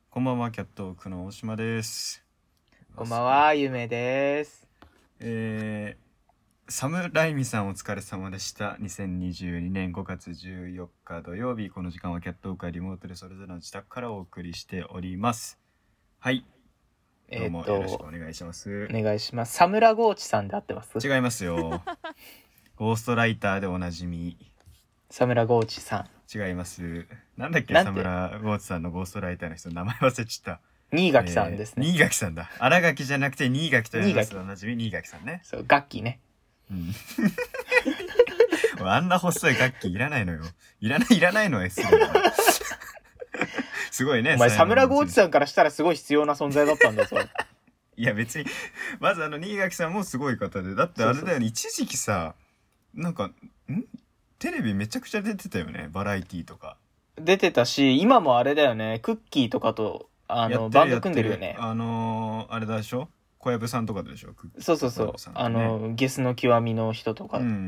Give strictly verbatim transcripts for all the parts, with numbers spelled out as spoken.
こんばんは、キャットオークの大島です。 こんばんは、ゆめです。 えー、サムライミさんお疲れ様でした。にせんにじゅうにねんごがつじゅうよっか土曜日、この時間はキャットオークはリモートでそれぞれの自宅からお送りしております。はい。どうもよろしくお願いします。 えー、お願いします。サムラゴーチさんで合ってます？ 違いますよ。ゴーストライターでおなじみ。 サムラゴーチさん。 違います。なんだっけ、サムラゴーチさんのゴーストライターの人、名前忘れちゃった。 新垣さんですね。 えー、新垣さんだ。新垣じゃなくて新垣というおなじみ新垣さんね。 そう、楽器ね。 うん。あんな細い楽器いらないのよ。いらない、いらないのよ、すごい。すごいね。 お前、サムラゴーチさんからしたらすごい必要な存在だったんだぞ。 いや、別に、まずあの、新垣さんもすごい方で、だってあれだよね、一時期さ、なんか、んテレビめちゃくちゃ出てたよね、バラエティーとか。 出てたし、今もあれだよね、クッキーとかと、あの、バンド組んでるよね。 あのー、あれだでしょ小籔さんとかでしょ、 そうそうそう。ね、あの、ゲスの極みの人とか。 うんうんうんうん。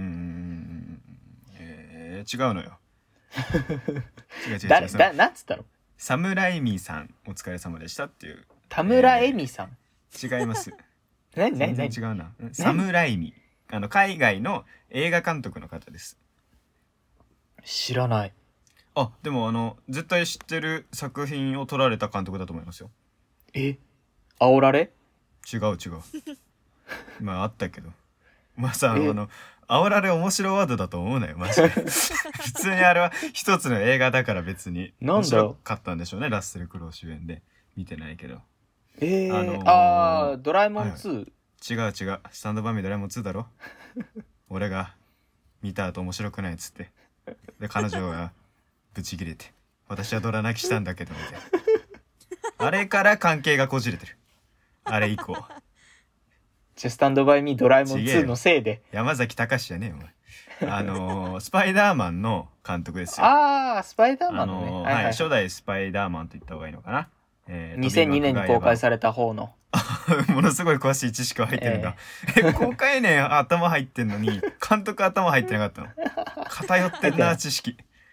えー、違うのよ。 違う違う違う。誰、だ、なんつったの？ サムライミさん、お疲れ様でしたっていう。 田村恵美さん、 えー、違います。 何何全然違うな。サムライミ。あの、海外の映画監督の方です。 知らない。 あ、でもあの、絶対知ってる作品を撮られた監督だと思いますよ。 え？煽られ？ 違う違う。まああったけど。まあさ、あの、煽られ面白ワードだと思うなよ、マジで。普通にあれは一つの映画だから別に。面白かったんでしょうね、ラッセル・クロウ主演で。見てないけど。 えー、あのー、あー、ドラえもんツー、はい、 違う違う。スタンドバイミードラえもんツーだろ。俺が見た後面白くないっつって。で、彼女がブチ切れて。私はドラ泣きしたんだけど、みたいな。あれから関係がこじれてる。あれ以降。 じゃ、スタンドバイミードラえもんツーのせいで。 山崎隆じゃねえよ、お前。あのー、スパイダーマンの監督ですよ。 あー、スパイダーマンのね。 あのー、はい、はいはい、初代スパイダーマンと言った方がいいのかな。 えー、にせんにねんに公開された方の。 ものすごい詳しい知識が入ってるんだ。えー、公開年頭入ってんのに、監督頭入ってなかったの。偏ってんな、知識。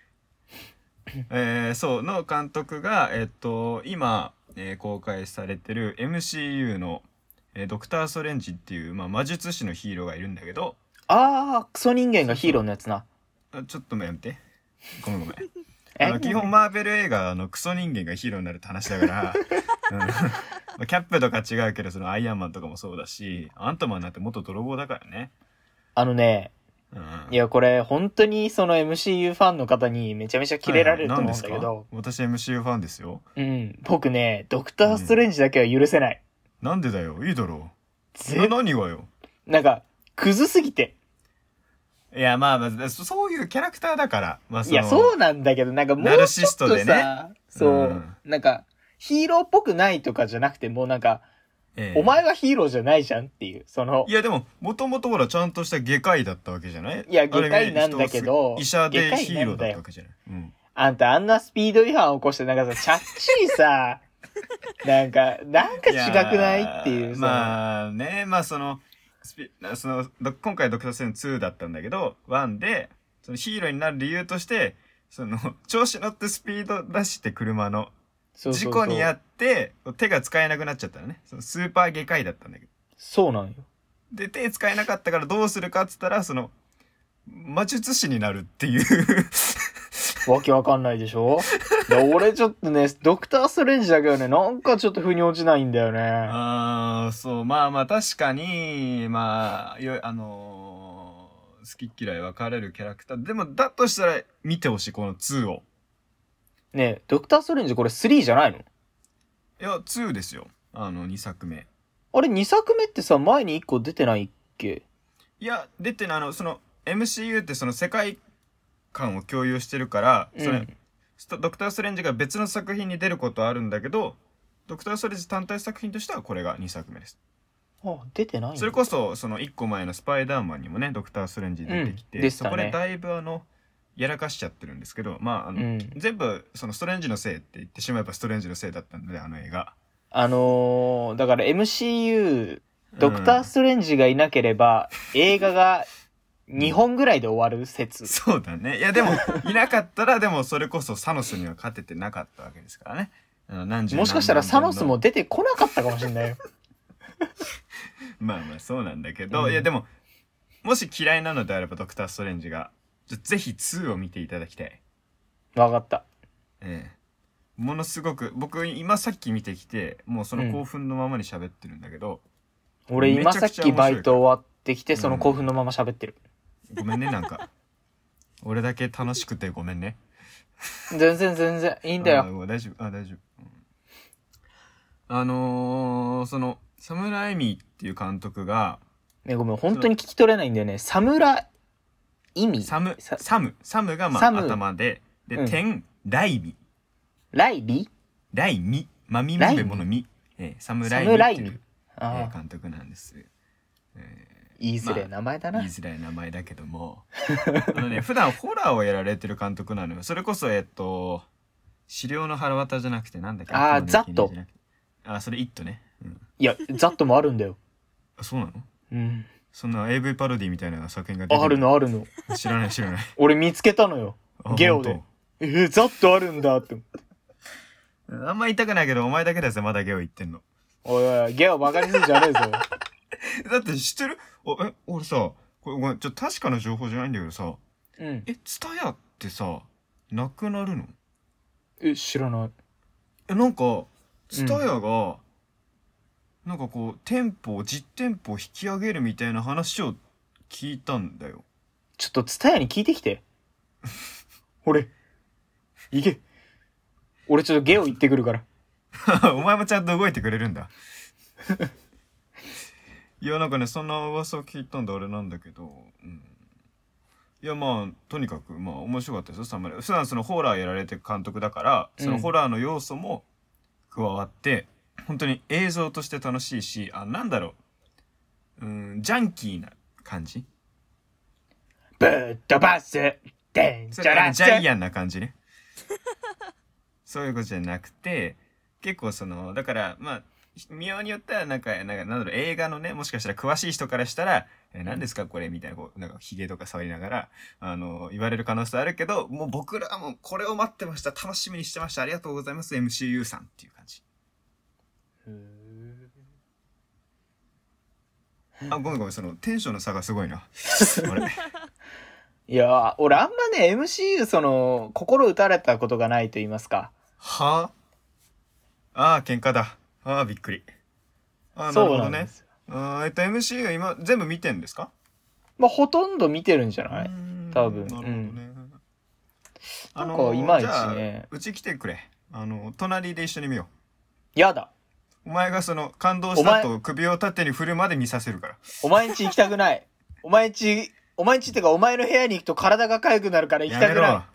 えー、そうの監督が、えっと、今、えー、公開されてる エムシーユー の、えー、ドクター・ストレンジっていう、まあ、魔術師のヒーローがいるんだけど。 あー、クソ人間がヒーローのやつな。 そうそう、ちょっとやめて。ごめんごめん。あの基本マーベル映画のクソ人間がヒーローになるって話だから、うん、キャップとか違うけど、そのアイアンマンとかもそうだし、アントマンなんて元泥棒だからね。 あのね、うん、いやこれ本当にその エムシーユー ファンの方にめちゃめちゃキレられると思うんだけど、はいはい、 私 エムシーユー ファンですよ。 うん、僕ね、ドクターストレンジだけは許せない。 うん、なんでだよ、いいだろう。な、何がよ。 なんかクズすぎて。 いや、まあ、まあ、そういうキャラクターだから。まあ、 いや、そうなんだけど、なんかもうちょっとさ、ナルシストでね、そう、うん、なんか、ヒーローっぽくないとかじゃなくて、もうなんか、ええ、お前はヒーローじゃないじゃんっていう、その。 いや、でも、もともとほら、ちゃんとした外科医だったわけじゃない？ いや、外科医なんだけど、 医者でヒーローだったわけじゃない。うん、 あんた、あんなスピード違反を起こして、なんかさ、ちゃっちりさ、なんか、なんか違くないっていう。 まあね、まあその、その今回ドクターストレンジツーだったんだけど、ワンでそのヒーローになる理由として、その調子乗ってスピード出して車の事故にあって手が使えなくなっちゃったのね。そのスーパー外科医だったんだけど。 そうなんよ。 で手使えなかったからどうするかっつったら、その魔術師になるっていうわけわかんないでしょ。俺ちょっとね、ドクターストレンジだけどね、なんかちょっと腑に落ちないんだよね。 ああ、そう、まあまあ確かに、まあ、よあのー、好き嫌い分かれるキャラクター。でも、だとしたら見てほしい、このツーを。 ねえ、ドクターストレンジこれスリーじゃないの？いや、ツーですよ。あの、にさくめ。 あれ、にさくめってさ、前にいっこ出てないっけ？ いや、出てない、あの、その、エムシーユー ってその世界観を共有してるから、うん、それ、ドクターストレンジが別の作品に出ることはあるんだけど、ドクターストレンジ単体作品としてはこれがにさくめです。 あ、出てないんだ。 それこそそのいっこまえのスパイダーマンにもね、ドクターストレンジ出てきて、うん、そこでだいぶあのやらかしちゃってるんですけど、まああの、うん、全部そのストレンジのせいって言ってしまえばストレンジのせいだったので、あの映画。 あのー、だから エムシーユー ドクターストレンジがいなければ、うん、映画がにほんぐらいで終わる説。 そうだね。いやでもいなかったら、でもそれこそサノスには勝ててなかったわけですからね。 あの何十もしかしたらサノスも出てこなかったかもしれないよ。 まあまあそうなんだけど、うん、いやでももし嫌いなのであればドクターストレンジがぜひツーを見ていただきたい。 わかった。 ええものすごく僕今さっき見てきてもうその興奮のままに喋ってるんだけど、 うん、俺今さっきバイト終わってきてその興奮のまま喋ってる、 うん、ごめんねなんか俺だけ楽しくてごめんね。 全然全然いいんだよ。 あ大丈夫あ大丈夫、うん、あのー、そのサムライミっていう監督がねごめん本当に聞き取れないんだよね。サムライミサムサムサムがまあ頭でで、うん、点ライミライビライミマミムベモのミ、えー、サムライミっていう、えー、監督なんです、 えー、言いづらい名前だな、 まあ、言いづらい名前だけどもあのね普段ホラーをやられてる監督なのよ。それこそえっと資料の腹渡じゃなくてなんだっけあーザットあそれイットね、うん、 いやザットもあるんだよ。 あそうなの。 うんそんな エーブイ パロディみたいな作品が出てる。 あるのあるの知らない知らない俺見つけたのよゲオで。えー、ザットあるんだって思ってあんま言いたくないけどお前だけだぜまだゲオ言ってんの。 おいおいゲオバカにするんじゃねえぞだって知ってるおえ俺さこれごめんちょっと確かな情報じゃないんだけどさ、 うん、 えツタヤってさなくなるの。 え知らない。 えなんかツタヤが、うんなんかこう店舗実店舗を引き上げるみたいな話を聞いたんだよ。 ちょっとツタヤに聞いてきて俺行け俺ちょっとゲオ行ってくるからお前もちゃんと動いてくれるんだいやなんかねそんな噂を聞いたんであれなんだけど、うん、いやまあとにかくまあ面白かったですよサムライ。普段そのホラーやられてる監督だからそのホラーの要素も加わって、うん、本当に映像として楽しいしあなんだろううんジャンキーな感じ。 ブッドバスデンジャラスジャイアンな感じねそういうことじゃなくて結構そのだからまあ見ようによってはなんかなんかなんだろう映画のねもしかしたら詳しい人からしたらえ何ですかこれみたいなこうなんかヒゲとか触りながらあの言われる可能性あるけどもう僕らはもうこれを待ってました楽しみにしてましたありがとうございます エムシーユー さんっていう感じ。へーあごめんごめんそのテンションの差がすごいなあれいや俺あんまね エムシーユー その心打たれたことがないと言いますか。 はああ喧嘩だああびっくり。あなるほどね。あえっと エムシーユー 今全部見てんですか。 まあほとんど見てるんじゃない多分。なるほどね、うん、なんかいまいちねうち来てくれあの隣で一緒に見よう。やだお前がその感動したと首を縦に振るまで見させるから。 お前んち行きたくないお前んちお前んちってかお前の部屋に行くと体が痒くなるから行きたくない。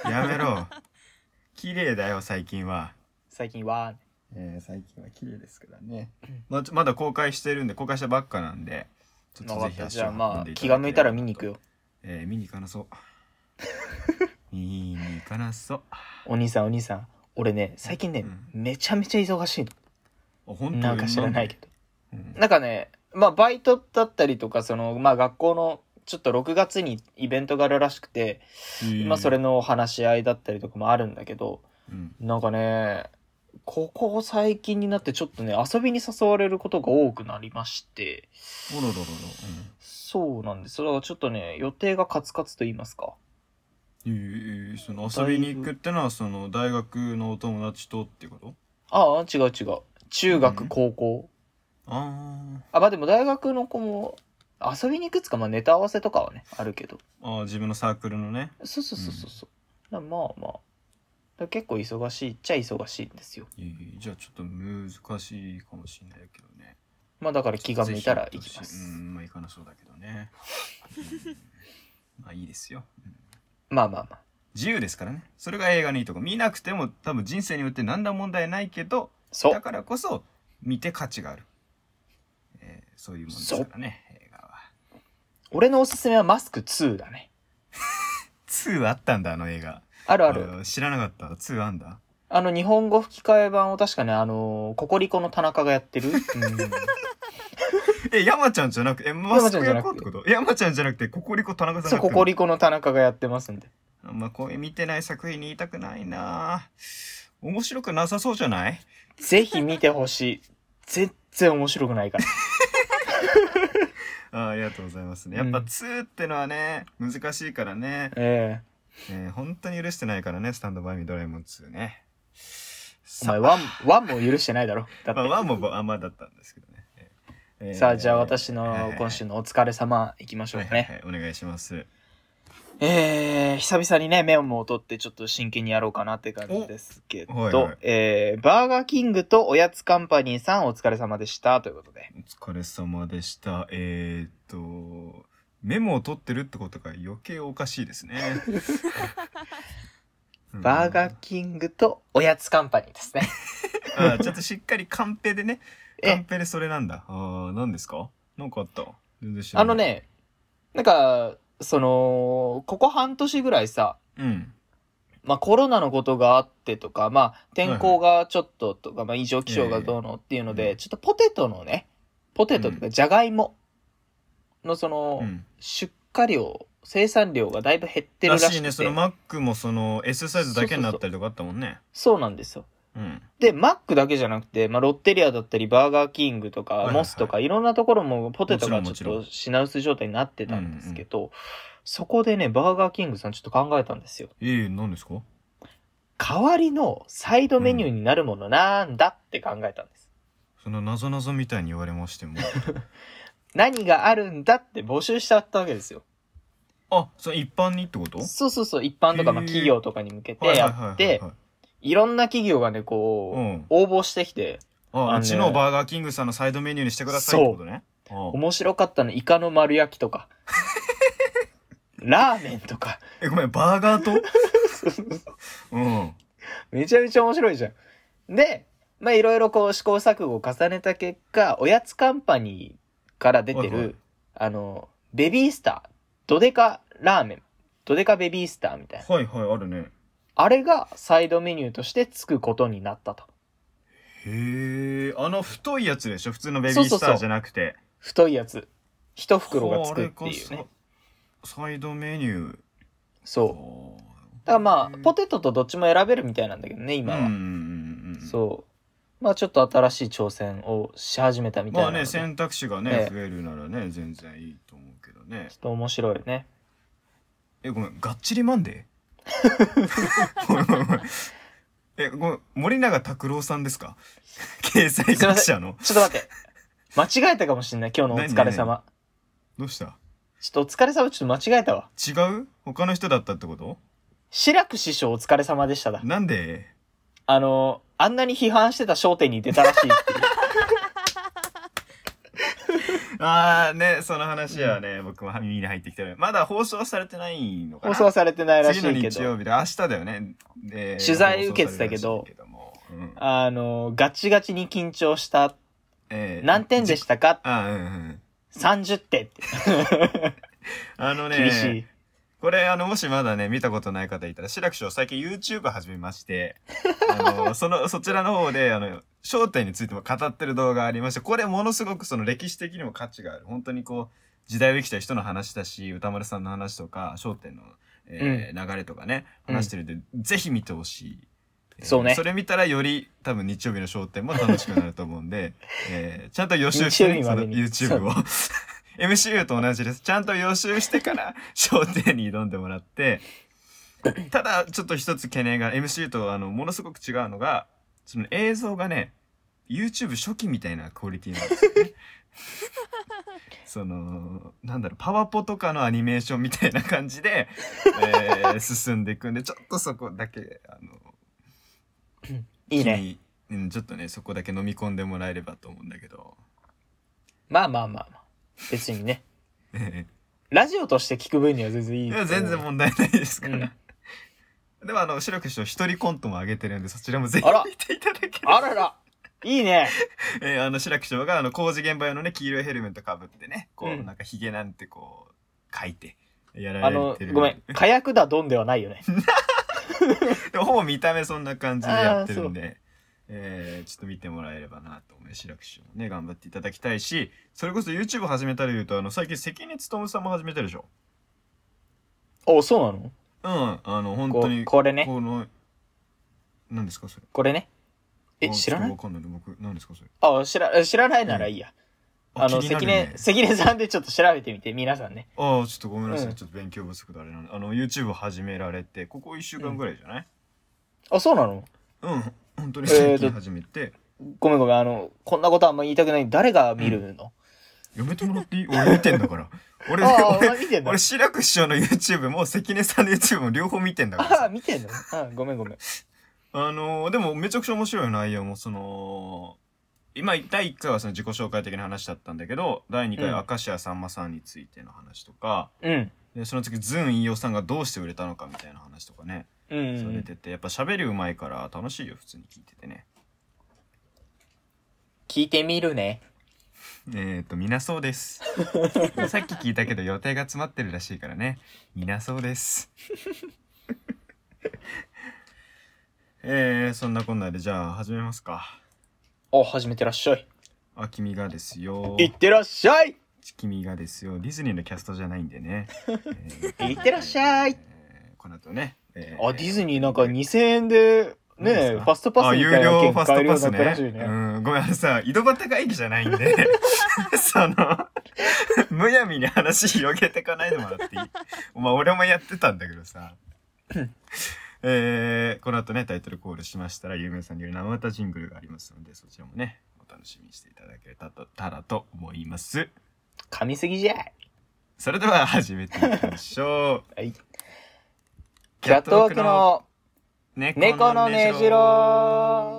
やめろやめろ綺麗だよ最近は。 最近はえー、最近は綺麗ですからねま, まだ公開してるんで公開したばっかなんでちょっとぜひ足を運んでいただければ。じゃあまあ気が向いたら見に行くよ。 えー、見に行かなそう見に行かなそう。 お兄さんお兄さん俺ね最近ね、うん、めちゃめちゃ忙しいの。 あ本当になんか知らないけど、うん、なんかねまあバイトだったりとかそのまあ学校のちょっとろくがつにイベントがあるらしくて、まあそれの話し合いだったりとかもあるんだけど、うん、なんかねここ最近になってちょっとね遊びに誘われることが多くなりまして。 おろろろろ、うん、 そうなんです。それはちょっとね予定がカツカツと言いますか。 えー、その遊びに行くってのはその大学のお友達とってこと？ ああ違う違う中学、うん、高校。 ああまあでも大学の子も遊びに行くつかまあネタ合わせとかはねあるけど。 ああ自分のサークルのね。 そうそうそうそうそう、うん、まあまあだ結構忙しいっちゃ忙しいんですよ。 えー、じゃあちょっと難しいかもしれないけどね。 まあだから気が向いたら行きます。 うんまあ行かなそうだけどね、うん、まあいいですよ、うん、 まあまあまあ自由ですからね。それが映画のいいとこ。見なくても多分人生によって何ら問題ないけどだからこそ見て価値がある、えー、そういうものですからね映画は。 俺のおすすめはマスクツーだねツーあったんだあの映画。 あるある。 知らなかった。ツーあんだ。 あの日本語吹き替え版を確かねあのココリコの田中がやってる、うん、 え山ちゃんじゃなくてえマスク役ってこと？山ちゃんじゃなくてココリコ田中さん。 そうココリコの田中がやってますんで。 あんまこういう見てない作品に言いたくないな。 面白くなさそうじゃない？ ぜひ見てほしい。全然面白くないから。 あありがとうございますね。やっぱにってのはね、難しいからね。 えええー、本当に許してないからね、スタンドバイミードラえもんにね。 お前ワン、ワンも許してないだろ。だって。 まあ、ワンもあんまだったんですけどね。えー、 さあ、じゃあ私の今週のお疲れ様いきましょうかね。 はいはいはい、お願いします。 えー、久々にね、メモを取ってちょっと真剣にやろうかなって感じですけど、 はいはい、 えー、バーガーキングとおやつカンパニーさんお疲れ様でしたということで。 お疲れ様でした。えー、っと、メモを取ってるってことが余計おかしいですね。 バーガーキングとおやつカンパニーですね。 あ、ちょっとしっかりカンペでね。カンペでそれなんだ。ああ、何ですか？なんかあった？全然知らない。 あのね、なんか、その、ここ半年ぐらいさ、 うん。 まあコロナのことがあってとか、まあ天候がちょっととか、はいはい、まあ異常気象がどうのっていうので、えー、ちょっとポテトのね、ポテトとかじゃがいものその、うん、出荷量、生産量がだいぶ減ってるらしくて。らしいね、 そのマックもその S サイズだけになったりとかあったもんね。 そうそうそう、そうなんですよ。うん、で、マックだけじゃなくて、まあ、ロッテリアだったり、バーガーキングとか、はいはいはい、モスとか、いろんなところもポテトがちょっと品薄状態になってたんですけど、うんうん、そこでね、バーガーキングさんちょっと考えたんですよ。 ええー、何ですか？ 代わりのサイドメニューになるものなんだって考えたんです。 うん、その謎々みたいに言われましても。 何があるんだって募集しちゃったわけですよ。 あ、それ一般にってこと？ そうそうそう、一般とか、まあ、企業とかに向けてやって、いろんな企業がね、こう、うん、応募してきて。 あ、あ、ね、うちのバーガーキングさんのサイドメニューにしてくださいってことね。 そう。面白かったの、イカの丸焼きとか。ラーメンとか。 え、ごめん、バーガーとうん。 めちゃめちゃ面白いじゃん。で、まあいろいろこう試行錯誤を重ねた結果、おやつカンパニーから出てる、はいはい、あの、ベビースター、ドデカラーメン、ドデカベビースターみたいな。 はいはい、あるね。 あれがサイドメニューとしてつくことになったと。 へえ、あの太いやつでしょ？普通のベビースターじゃなくて。そうそうそう、 太いやつ。一袋がつくっていうね。 サイドメニュー。 そう。だからまあ、ポテトとどっちも選べるみたいなんだけどね、今は。うんうんうん、そう。まあちょっと新しい挑戦をし始めたみたいな。 まあね、選択肢がね、増えるならね、全然いいと思うけどね。 ちょっと面白いね。 え、ごめん、がっちりマンデーごめんごめんごめん。え、ごめん、森永卓郎さんですか？経済学者の。 ちょっと待って。間違えたかもしんない、今日のお疲れ様。 どうした？ ちょっとお疲れ様、ちょっと間違えたわ。 違う？他の人だったってこと？ 志らく師匠お疲れ様でしただ。 なんで？ あの、あんなに批判してた笑点に出たらしいっていう。 あーね、その話はね、うん、僕も耳に入ってきてる。まだ放送されてないのかな？ 放送されてないらしいけど。 次の日曜日で、明日だよね。で、 取材受けてたけど、うん、あの、ガチガチに緊張した。えー、何点でしたか？ あ、うんうん。 さんじゅってんって。 あのね、 厳しい。 これ、あの、もしまだね、見たことない方いたら、志らく師匠最近 YouTube 始めまして、あの、その、そちらの方で、あの、笑点についても語ってる動画ありまして、これものすごくその歴史的にも価値がある。本当にこう、時代を生きた人の話だし、歌丸さんの話とか、笑点の、えーうん、流れとかね、話してるんで、うん、ぜひ見てほしい。 そうね。 それ見たらより多分日曜日の笑点も楽しくなると思うんで、えー、ちゃんと予習して、ね、その YouTube を。エムシーユー と同じです。ちゃんと予習してから笑点に挑んでもらって、ただちょっと一つ懸念が エムシーユー とあのものすごく違うのが、その映像がね、YouTube 初期みたいなクオリティなんですよね。そのなんだろう、パワポとかのアニメーションみたいな感じで、えー、進んでいくんで、ちょっとそこだけあのいいね、 うん、ちょっとねそこだけ飲み込んでもらえればと思うんだけど。 まあまあまあまあ。別にね。ラジオとして聞く分には全然いい。 いや、全然問題ないですから。うん、でも、あの、志らく師匠一人コントも上げてるんで、そちらもぜひ見ていただければ。 あららいいね。 えー、あの、志らく師匠が、あの、工事現場用のね、黄色いヘルメットかぶってね、こう、うん、なんかヒゲなんてこう、書いて、やられてる。 あの、ごめん、火薬だドンではないよね。 でも、ほぼ見た目そんな感じでやってるんで。えー、ちょっと見てもらえればなと思う。志らく師匠もね、頑張っていただきたいし、それこそ YouTube 始めたら言うと、あの、最近関根勤さんも始めたでしょ。 お、そうなの？ うん、あの、本当に。 こ、これね。 この、 何ですかそれ。 これね。え、 あ知らない？ ちょっとわかんないね僕。何ですかそれ。 あ、知ら、知らないならいいや。あの、 気になる関根、 ね。 関根さんでちょっと調べてみて、皆さんね。 ああ、ちょっとごめんなさい、 うんちょっと勉強不足であれなの。あの YouTube 始められてここいっしゅうかんぐらいじゃない？ あ、そうなの？ うん、本当に最近始めて、 ごめんごめん、あの、こんなことあんま言いたくない。誰が見るの？ やめてもらっていい？俺見てんだから俺ああ、お俺前見てんの？ 俺志らく師匠の YouTube も関根さんの YouTube も両方見てんだからああ、見てんの？あごめんごめん。 あのー、でもめちゃくちゃ面白い内容もその今だいいっかいはその自己紹介的な話だったんだけど、だいにかいうん明石家さんまさんについての話とか、 うん。 でその次ズン飯尾さんがどうして売れたのかみたいな話とかね、 うんうんうん。 されてて、やっぱ喋るうまいから楽しいよ普通に聞いててね。 聞いてみるね。 えーとみなそうですさっき聞いたけど予定が詰まってるらしいからね、みなそうですえー、そんなこんなでじゃあ始めますか。 お、始めてらっしゃい。 あ、君がですよ。 いってらっしゃい。 君がですよ。ディズニーのキャストじゃないんでね。えーいってらっしゃい。 えーこの後ね。えあ、ディズニーなんかにせんえんで、ねえ、 何ですかファストパスみあ、有たいな料ファス券買えるようトパスね。 になったらしいね。 うん、ごめん、あのさ、井戸端会議じゃないんで、その、むやみに話広げてかないでもらっていい？まあ、俺もやってたんだけどさ。えー、この後ね、タイトルコールしましたら、有名さんによる生歌ジングルがありますので、そちらもね、お楽しみにしていただけたとたらと思います。 噛みすぎじゃい。 それでは始めていきましょう。 はい。キャットワークの猫のねじろ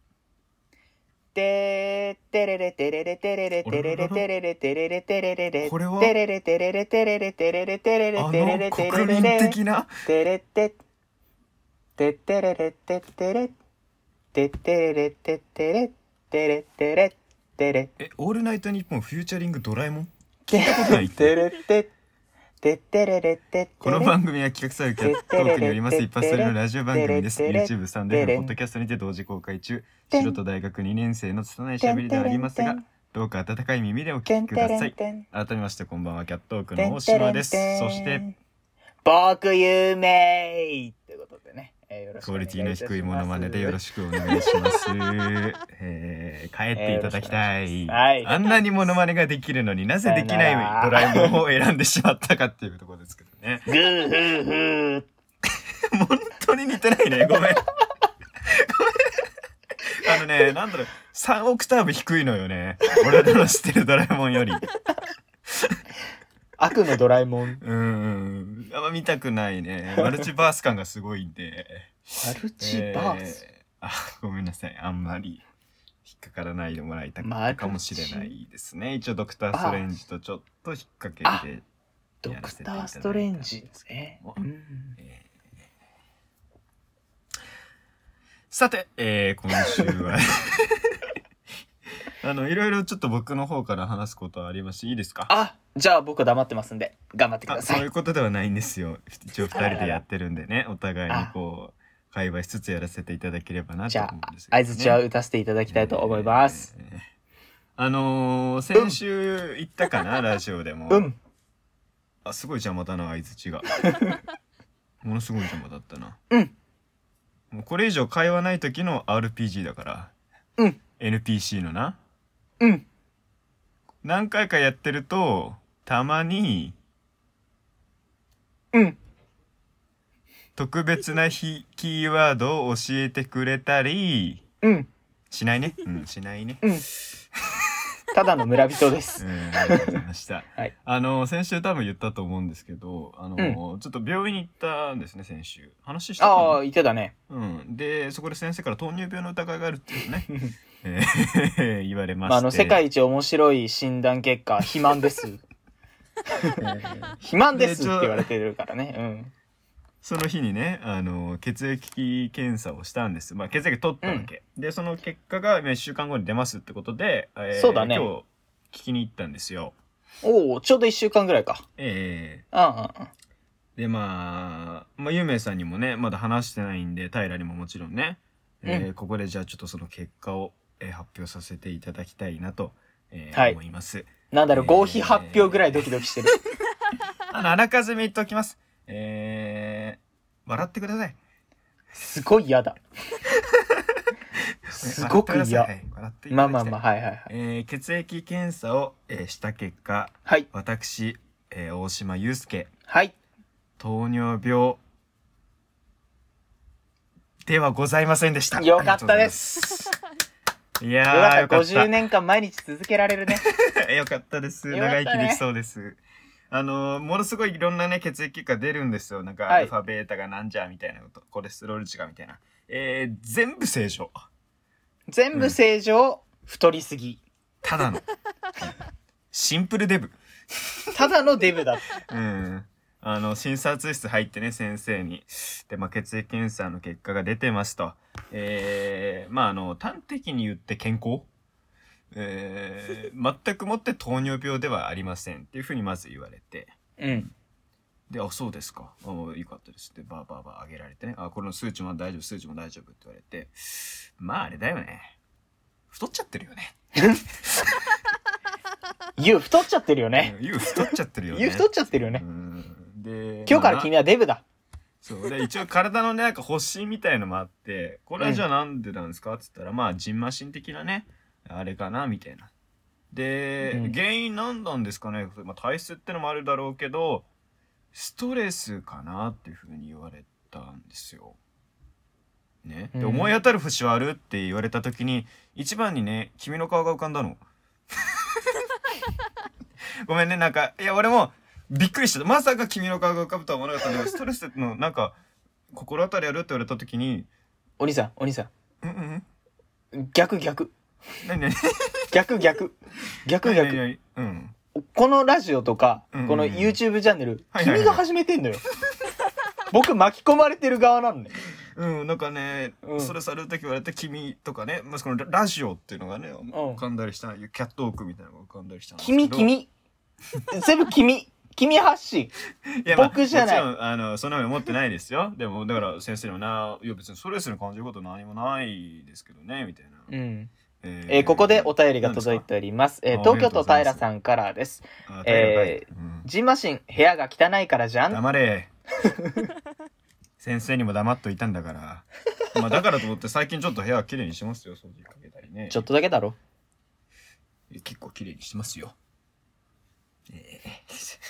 てーてれれてれれてれれてれれてれれてれれてれれれこれはてれれてれれてれれてれれてれれあてれれのてれれ国民的なてれててってれれてってれてってれれてってれてれてれてれえ、オールナイトニッポンフューチャリングドラえもんて聞いたことないっててれててってれれてってこの番組は企画作業キャットトークによります一発撮りのラジオ番組です。YouTube さんでポッドキャストにて同時公開中。素人大学にねん生の拙いしゃべりではありますが、どうか温かい耳でお聞きください。改めましてこんばんは、キャットトークの大島です。そして僕有名ということでね、えー、よろしくクオお願いいたします。 リティの低いモノマネでよろしくお願いします。えー、帰っていただきたい。 えーよろしくお願いしますはいあんなにモノマネができるのになぜできないドラえもんを選んでしまったかっていうところですけどね。 グーフーフー本当に似てないね。ごめん。ごめん。あのね、なんだろう、さんオクターブ低いのよね。俺らの知ってるドラえもんより。 悪のドラえもん。 うんうん。あんま見たくないね。マルチバース感がすごいんで。 マルチバース、 えーあ、ごめんなさい。あんまり引っかからないでもらいたかったかもしれないですね。一応ドクターストレンジとちょっと引っ掛けて。 ドクターストレンジね。うん、 えーさて、えー、今週はあのいろいろちょっと僕の方から話すことはありますしいいですか？ あ、じゃあ僕黙ってますんで頑張ってくあださい。 そういうことではないんですよ。一応ふたりでやってるんでね、お互いにこう会話しつつやらせていただければなと思うんですけど、ね、 じゃあ相槌は打たせていただきたいと思います。 えーあのー、先週言ったかな、ラジオでも。 うん。 あ、すごい邪魔だな、相槌が。ものすごい邪魔だったな。 うん。 もうこれ以上会話ない時の アールピージー だから。 うん。 エヌピーシー のな。 うん。 何回かやってると、たまに、 うん。 特別なキーワードを教えてくれたり、 うん。 しないね。うん、しないね。 うん。ただの村人です。 うん、ありがとうございました。 はい。 あの、先週多分言ったと思うんですけど、あの、うん、ちょっと病院に行ったんですね、先週。話したかな。 ああ、言ってたね。 うん。で、そこで先生から糖尿病の疑いがあるっていうね、えー言われまして。 まあ、あの、世界一面白い診断結果、肥満です。肥満ですって言われてるからね。うん。 その日にね、あの血液検査をしたんです。まあ血液取ったわけ、うん、でその結果がいっしゅうかんごに出ますってことで、えー、 そうだね、 今日聞きに行ったんですよ。 おお、ちょうどいっしゅうかんぐらいか。 ええー、ああでまあまあゆうめいさんにもねまだ話してないんで、平にももちろんね、えーうん、ここでじゃあちょっとその結果を、えー、発表させていただきたいなと、えーはい、思います。 なんだろう、合否発表ぐらいドキドキしてる。 あのあらかじめ言っておきます。えー、笑ってください。 すごい嫌だ。すごく嫌。 笑ってください。笑っていただきたい。 まあまあまあ、はいはいはい。 えー血液検査を、えーした結果、 はい。 私、えー大島祐介、 はい。 糖尿病ではございませんでした。 よかったです。 いやー、 よかった。 よかった。 ごじゅうねんかん毎日続けられるね。 よかったです。 よかったね長生きできそうです。あのーものすごいいろんなね、血液結果出るんですよ。なんか、 はいアルファ、ベータがなんじゃみたいなこと、コレステロール値がみたいな。えー、全部正常。 全部正常、太りすぎ。 ただの。シンプルデブ。 ただのデブだ。 うん。あの、診察室入ってね、先生に。で、まあ、血液検査の結果が出てますと。えー、まあ、あの、端的に言って健康えー、全くもって糖尿病ではありませんっていうふうにまず言われて。 うん。 で、あ、そうですか。あ、よかったですって、バーバーバー上げられてね。あ、これの数値も大丈夫、数値も大丈夫って言われて。まあ、あれだよね。太っちゃってるよね。 ユウ太っちゃってるよね。 ユウ太っちゃってるよね。 ユウ太っちゃってるよねう。んで、 今日から君はデブだ。 そうで一応体のねなんか発疹みたいのもあってこれはじゃあなんでなんですかっつったら、まあジンマシン的なねあれかなみたいなで、 うん原因何なんですかね、まあ、体質ってのもあるだろうけどストレスかなっていうふうに言われたんですよ。ね、でうん思い当たる節はあるって言われた時に一番にね君の顔が浮かんだの。ごめんねなんかいや俺もびっくりした。まさか君の顔が浮かぶとは思わなかったんだけどストレスのなんか心当たりあるって言われた時にお兄さん、お兄さうんうんん。逆逆。 何何逆逆。逆逆。 何何うんこのラジオとか、 うんうんこの YouTube チャンネル、 はいはいはい君が始めてんのよ。僕巻き込まれてる側なんだよ。 うんなんかね、 うんそれされる時言われて君とかね、まあ、このララジオっていうのがねん浮かんだりしたキャットウォークみたいなのが浮かんだりしたんですけど君、君。全部君。君発信。 いや、まあ、 僕じゃないもちろんあのそんなふうに思ってないですよ。でもだから先生にもないや別にストレスに感じること何もないですけどねみたいな、 うん。 ええーここでお便りが届いております。えーあ東京都ありがとうございます平さんからです。 あえーうんジンマシン、部屋が汚いからじゃん。 黙れ先生にも黙っといたんだからまあだからと思って最近ちょっと部屋は綺麗にしますよ。掃除かけたりねちょっとだけだろ。 結構綺麗にしてますよ。えー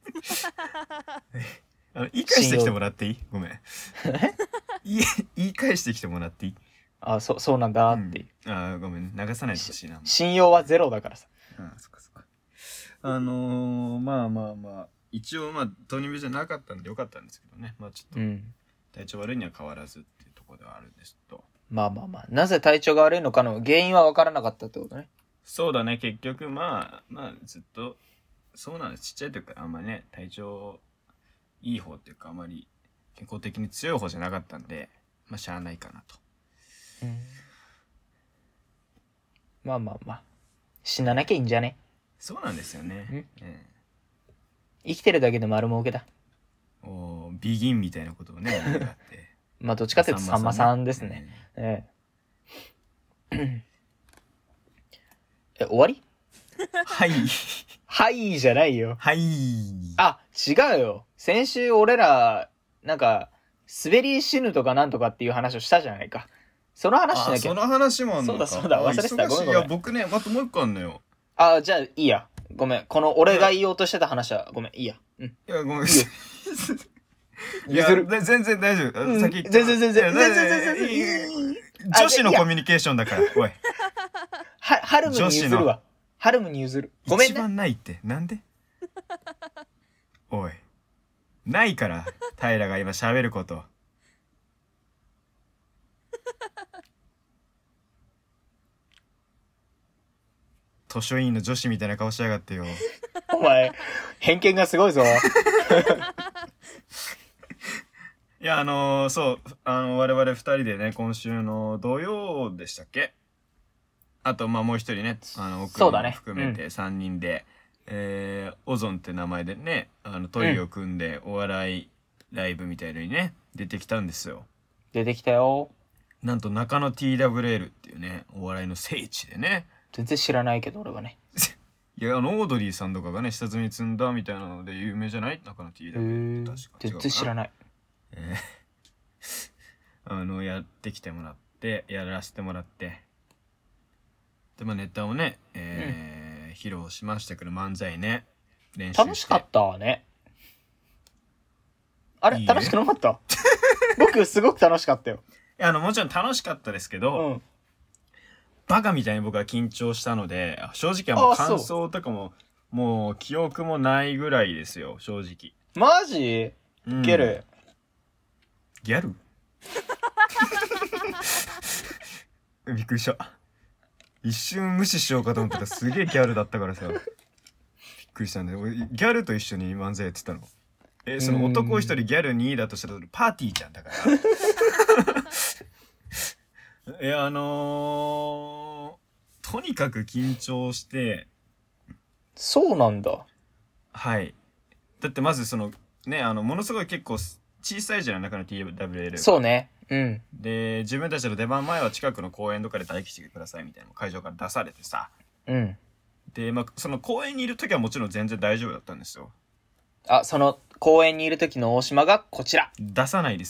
あの言い返してきてもらっていい？ごめん。言い言い返してきてもらっていい？ あ、そ、そうなんだっていう。 うん、あーごめん流さないでほしいな。 信用はゼロだからさ。 ああそっかそっか。あのー、まあまあまあ一応まあ糖尿病じゃなかったんでよかったんですけどね。まあちょっとうん。 体調悪いには変わらずっていうところではあるんですと。 まあまあまあ。なぜ体調が悪いのかの原因は分からなかったってことね。 そうだね結局まあまあずっとそうなんです。ちっちゃい時からあんまりね体調いい方っていうかあまり健康的に強い方じゃなかったんでまあしゃあないかなと。 うん。まあまあまあ。死ななきゃいいんじゃね？ そうなんですよね。 うんえ生きてるだけで丸儲けだ。 えおービギンみたいなことをね思いがあってまあどっちかっていうとさんまさんですね。 えええ。え、終わり？ えはいはいじゃないよ。 はいあ、違うよ。先週俺ら、なんか、滑り死ぬとかなんとかっていう話をしたじゃないか。その話しなきゃ。 あその話もあんのか。 そうだそうだ忘れてたあ忙しいごめんごめんいや僕ねまたもう一個あんのよ。 あ、じゃあいいや。ごめん。この俺が言おうとしてた話は、ごめん、いいや。うん。 いやごめんいいよいや譲る。 で全然大丈夫、 うん先行って全然全然いや全然全然いやいや全然女子のコミュニケーションだからおいは、ハルムに譲るわ。ハルムに譲る。ごめん一ね。 番ないってなんでおいないから平が今喋ること図書委員の女子みたいな顔しやがってよ。 お前、偏見がすごいぞ。 いやあのー、そうあの我々ふたりでね今週の土曜でしたっけ、あとまあもう一人ねあの奥もそうだね含めてさんにんで、えー、オゾンって名前でねあのトリを組んでお笑いライブみたいのにね出てきたんですよ。 出てきたよ。 なんと中野 ティーダブリューエル っていうねお笑いの聖地でね、 全然知らないけど俺はね。 いやあのオードリーさんとかがね下積み積んだみたいなので有名じゃない中野 ティーへダブリューエルーって確か全然知らい。 ない。 えーあのやってきてもらってやらせてもらってで、まあ、ネタをね、えーうん、披露しましたけど漫才ね練習して楽しかったわね。あれいい楽しくなかった僕すごく楽しかったよ。 いやあのもちろん楽しかったですけど、 うん、 バカみたいに僕は緊張したので正直はもう感想とかももう記憶もないぐらいですよ正直。 マジ？ うん、 ギャルギャルびっくりした。一瞬無視しようかと思ったらすげえギャルだったからさびっくりしたんで俺ギャルと一緒に漫才やってたの。えその男一人ギャルにだとしたらパーティーじゃんだからいやあのー、とにかく緊張して。 そうなんだ。 はい。だってまずそのねあのものすごい結構小さいじゃない中の ティーダブリューエルそうね。うん。 で自分たちの出番前は近くの公園とかで待機してくださいみたいな会場から出されてさ。 うん。 でまあその公園にいる時はもちろん全然大丈夫だったんですよ。 あ、その公園にいる時の大島がこちら。 出さないです。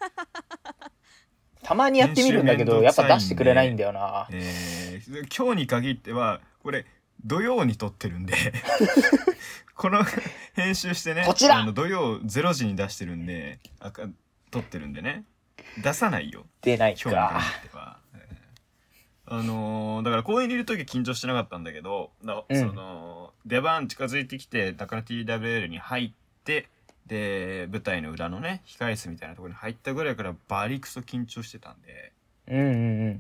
たまにやってみるんだけどやっぱ出してくれないんだよな。 えー、今日に限ってはこれ土曜に撮ってるんでこの編集してねこちらあの土曜れいじに出してるんであか撮ってるんでね出さないよ出ないか。 今日に限っては、えー、あのー、だから公園にいる時緊張してなかったんだけどだ、うん、その出番近づいてきてだから ティーダブリューエル に入ってで舞台の裏のね控え室みたいなところに入ったぐらいからバリクソ緊張してたんで、 うんうんうん、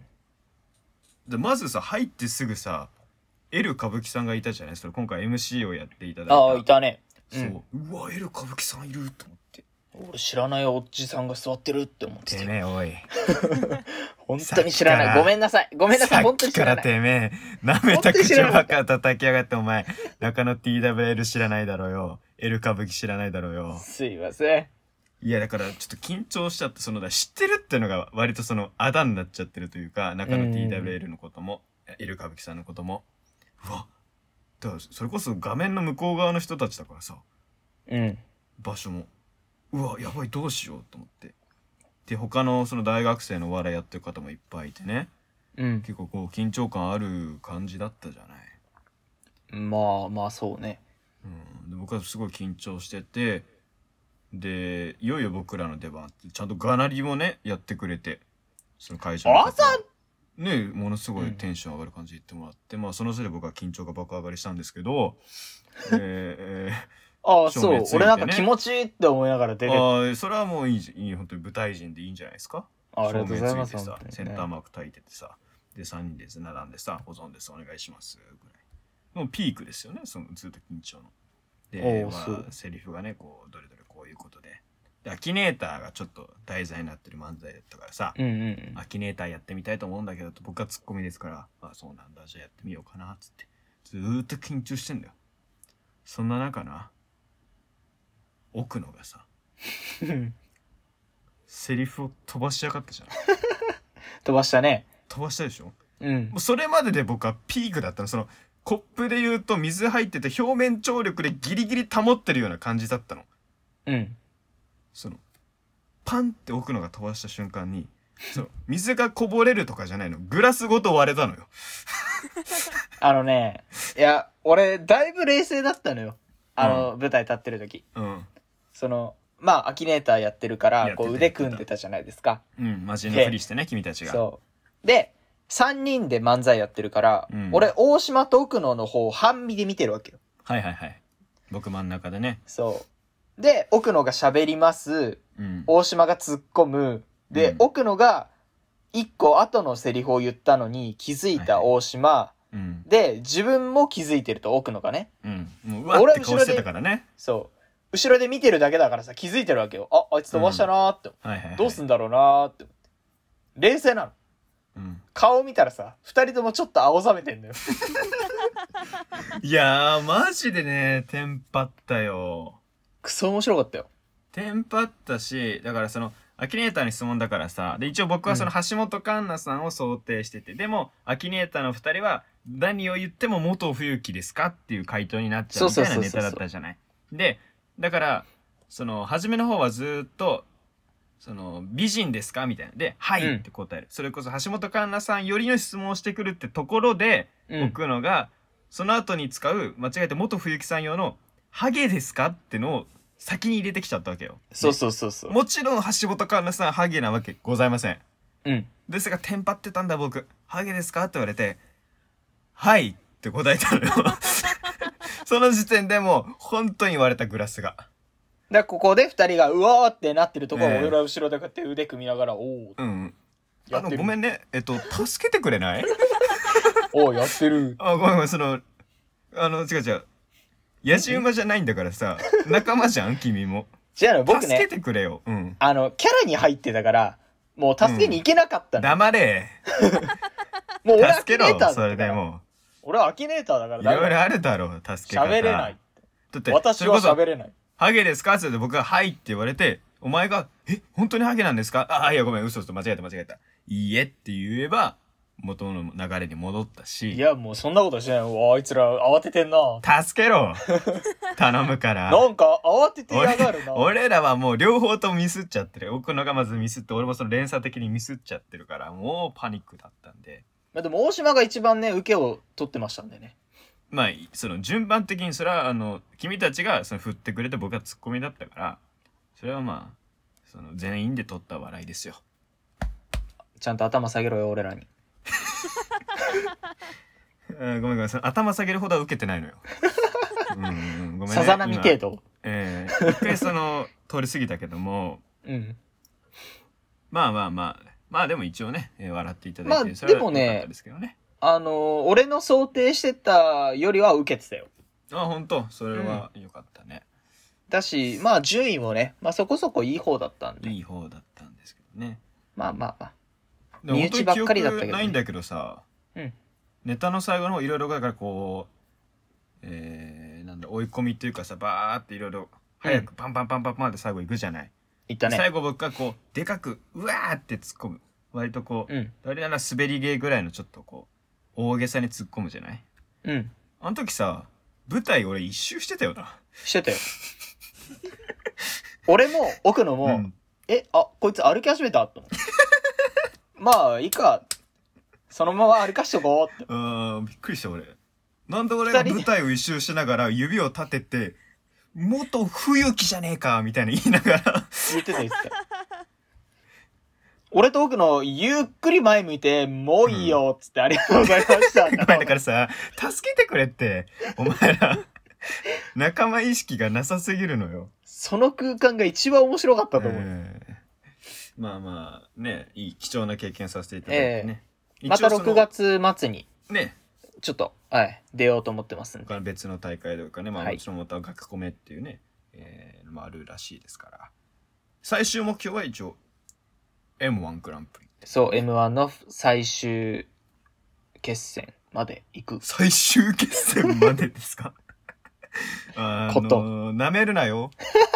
でまずさ入ってすぐさエル歌舞伎さんがいたじゃないですか今回 エムシー をやっていただいた。 ああいたね、 うん、そううわエル歌舞伎さんいると思って俺知らないおじさんが座ってるって思っててめえおい本当に知らないごめんなさいごめんなさい本当に知らないさっきからてめえなめた口ばっか叩きやがってお前中野 ティーダブリューエル 知らないだろうよエル歌舞伎知らないだろうよすいません。 いやだからちょっと緊張しちゃってそのだ知ってるっていうのが割とそのあだになっちゃってるというか中野 ティーダブリューエル のこともエル歌舞伎さんのこともうわだからそれこそ画面の向こう側の人たちだからさ、 うん、 場所もうわやばいどうしようと思ってで他のその大学生のお笑いやってる方もいっぱいいてね、 うん、 結構こう緊張感ある感じだったじゃない。 まあまあそうね、 うん、で僕はすごい緊張しててでいよいよ僕らの出番ってちゃんとがなりもねやってくれてその会場の方ねものすごいテンション上がる感じで言ってもらって、うん、まあそのせいで僕は緊張が爆上がりしたんですけどえー、 ああそう、俺なんか気持ちいいって思いながら出てああそれはもういいいい本当に舞台人でいいんじゃないですか。 ありがとうございます。 さセンターマーク焚いててさでさんにんで並んでさ保存ですお願いしますぐらいもうピークですよねそのずっと緊張ので、まあ、セリフがねこうどれどれこういうことででアキネーターがちょっと題材になってる漫才だったからさ、 うんうんうん、 アキネーターやってみたいと思うんだけど僕はツッコミですからあそうなんだじゃあやってみようかなっつってずーっと緊張してんだよ。そんな中な奥野がさセリフを飛ばしやがったじゃん飛ばしたね。 飛ばしたでしょ、 うん、 もうそれまでで僕はピークだったの。そのコップで言うと水入ってて表面張力でギリギリ保ってるような感じだったの。 うんそのパンって奥野が飛ばした瞬間にその水がこぼれるとかじゃないのグラスごと割れたのよあのねいや俺だいぶ冷静だったのよあの、うん、舞台立ってる時、うん、そのまあアキネーターやってるからこう腕組んでたじゃないですか。 うんマジのふりしてね君たちが。 そうでさんにんで漫才やってるから、うん、俺大島と奥野の方を半身で見てるわけよ。 はいはいはい僕真ん中でね。 そうで奥野が喋ります、うん、大島が突っ込むで、うん、奥野が一個後のセリフを言ったのに気づいた大島、はいはいうん、で自分も気づいてると奥野がね、うん、もううわって顔してたからね。そう後ろで見てるだけだからさ気づいてるわけよ。ああいつ飛ばしたなーって、うんはいはいはい、どうすんだろうなーって冷静なの。うん、顔見たらさふたりともちょっと青ざめてんのよいやーマジでねテンパったよ。 クソ面白かったよ。 テンパったしだからそのアキネーターに質問だからさで一応僕はその橋本環奈さんを想定してて、うん、でもアキネーターのふたりは何を言っても元冬樹ですかっていう回答になっちゃうみたいなネタだったじゃない。でだからその初めの方はずっとその美人ですかみたいなではいって答える、うん、それこそ橋本環奈さんよりの質問をしてくるってところで置くのが、うん、その後に使う間違えて元冬木さん用のハゲですかってのを先に入れてきちゃったわけよ。 そうそうそうそう。 もちろん橋本環奈さんハゲなわけございません。 うん。 ですがテンパってたんだ僕。ハゲですかって言われてはいって答えたのよその時点でもう本当に割れたグラスが。 だここで二人がうわーってなってるところを俺ら後ろでこうやって腕組みながら、おお。 うん。あのごめんねえっと助けてくれないおおやってる。 あごめんごめんそのあの違う違う。野じ馬じゃないんだからさ仲間じゃん君も。 違うの僕ね。 助けてくれよ。うん。 あのキャラに入ってたからもう助けに行けなかったの。 うん、黙れ。 もう俺アキネーターだから。 それでもう。 俺はアキネーターだから。 いろいろあるだろう助け方。 喋れない。 だって私は喋れない。 ハゲですかって言って僕がはいって言われてお前がえ本当にハゲなんですかああいやごめん嘘嘘間違えた間違えたいいえって言えば元の流れに戻ったし。 いやもうそんなことしないよ。あいつら慌ててんな。 助けろ頼むからなんか慌ててやがるな。 俺, 俺らはもう両方とミスっちゃってる。奥野がまずミスって俺もその連鎖的にミスっちゃってるからもうパニックだったんで。 まあでも大島が一番ね受けを取ってましたんでね。 まあその順番的にそれはあの君たちがその振ってくれて僕がツッコミだったからそれはまあその全員で取った笑いですよ。 ちゃんと頭下げろよ俺らにごめんごめんその頭下げるほどは受けてないのようん、うん、ごめんねさざ波程度ええー、一回その通り過ぎたけどもうんまあまあまあまあでも一応ね、えー、笑っていただいて、 まあ、でもねあのー、俺の想定してたよりは受けてたよ。 あ本当それは良かったね、 うん、だしまあ順位もね、まあ、そこそこいい方だったんでいい方だったんですけどね。 まあまあまあ身内ばっかりだったけど、ね、 ないんだけどさ、うん、ネタの最後の方いろいろだからこう、えー、なんだ追い込みっていうかさバーっていろいろ早くパンパンパンパンパンって最後行くじゃない、 うん、ったね。 最後僕がこうでかくうわーって突っ込む割とこう、うん、誰なら滑り芸ぐらいのちょっとこう大げさに突っ込むじゃない。うんあの時さ舞台俺一周してたよな。 してたよ俺も奥野も、うん、えあこいつ歩き始めたと思ってまあいいかそのまま歩かしとこうって。 あびっくりした俺。なんで俺が舞台を一周しながら指を立てて元冬木じゃねえかみたいな言いながら言ってた言ってた俺と奥野ゆっくり前向いてもういいよっつって、うん、ありがとうございましたごめんだからさ助けてくれってお前ら仲間意識がなさすぎるのよ。 その空間が一番面白かったと思う、えー、 まあまあねいい貴重な経験させていただいてね、 えー、またろくがつ末にねちょっと、はい、出ようと思ってますんで別の大会とかね、まあ、もちろんまた学コメっていうね、はいえー、まああるらしいですから最終目標は一応エムワン グランプリ。 そう エムワン の最終決戦まで行く。 最終決戦までですかあのなめるなよ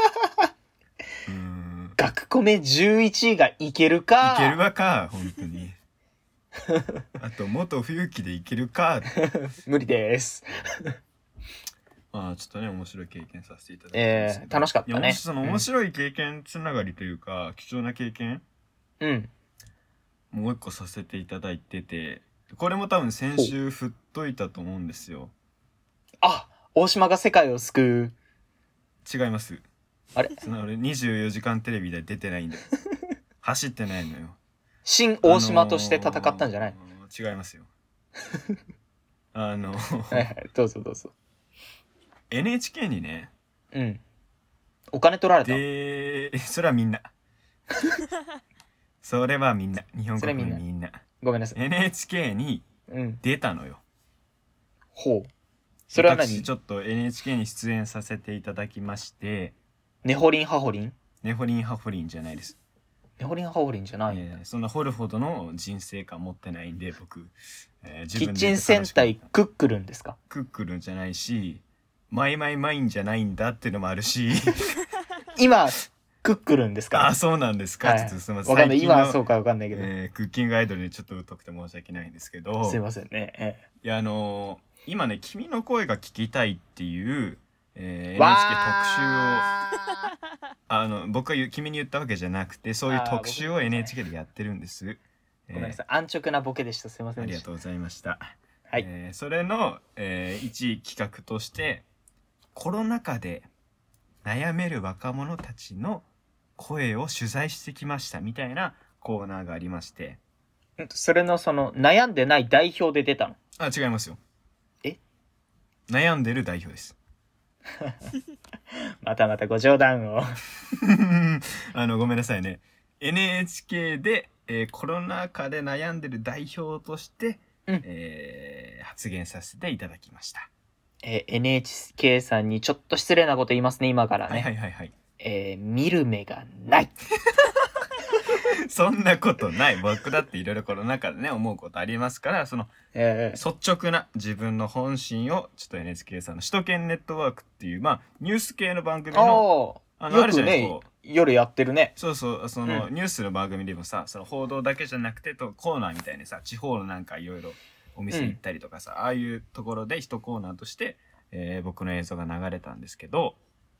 うん学コメじゅういちいがいけるかいけるわか本当にあと元冬木でいけるか無理ですまあちょっとね面白い経験させていただいて、えー、楽しかったね。 いやもしその面白い経験つながりというか、うん、貴重な経験うんもう一個させていただいててこれも多分先週振っといたと思うんですよ。 あ大島が世界を救う。 違います。 あれその俺にじゅうよじかんテレビで出てないんだよ走ってないのよ。 新大島として戦ったんじゃない、 あのー、違いますよあのはいはいどうぞどうぞ。 エヌエイチケー にねうんお金取られた。 でそれはみんなそれはみんな日本国民みんなごめんなさいエヌエイチケー に出たのよ、うん、 ほうそれは何。 私ちょっと エヌエイチケー に出演させていただきましてネホリンハホリンネホリンハホリンじゃないです。 ネホリンハホリンじゃない、 えー、そんな掘るほどの人生観持ってないんで僕、 えー、自分でキッチン戦隊クックルンですか。 クックルンじゃないしマイマイマインじゃないんだっていうのもあるし今クックルンですか。 あそうなんですか、はい、ちょっとすみませんわかんない今はそうかわかんないけど、 えー、クッキングアイドルにちょっと疎くて申し訳ないんですけどすいませんね、ええ、いやあのー、今ね君の声が聞きたいっていう、 えー、エヌエイチケー 特集をわあの僕が言う君に言ったわけじゃなくてそういう特集をあーエヌエイチケー でやってるんです。 ごめんなさい、安直なボケでした。すいませんでした。 ありがとうございました。 はい、 えーそれの、えー一企画としてコロナ禍で悩める若者たちの声を取材してきましたみたいなコーナーがありまして。 うんそれのその悩んでない代表で出たの？ あ、違いますよ。 え悩んでる代表です。 またまたご冗談を。 あのごめんなさいね。 エヌエイチケー で、えーコロナ禍で悩んでる代表として、 うんえー発言させていただきました。 えー エヌエイチケー さんにちょっと失礼なこと言いますね、今からね。 はいはいはいはい。 えー見る目がない。 そんなことない。僕だっていろいろコロナ禍でね思うことありますから、そのえー率直な自分の本心をちょっと エヌエイチケー さんの首都圏ネットワークっていうまあニュース系の番組のああ、 あのあるじゃよくねないですか。、 夜やってるね。 そうそうその、 うニュースの番組でもさその報道だけじゃなくてとコーナーみたいにさ地方のなんかいろいろお店行ったりとかさ、ああいうところで一コーナーとして、えー僕の映像が流れたんですけど、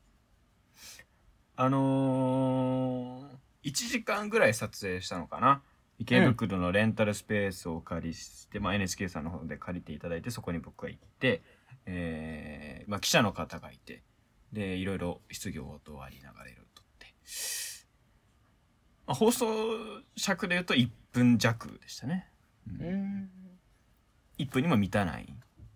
あのー、いちじかんぐらい撮影したのかな。池袋のレンタルスペースをお借りして、まあ、エヌエイチケー さんの方で借りていただいてそこに僕が行って、えーまあ、記者の方がいてでいろいろ質疑応答ありながらいろいろとって、まあ、放送尺で言うといっぷん弱でしたね。うん、 うんいっぷんにも満たない。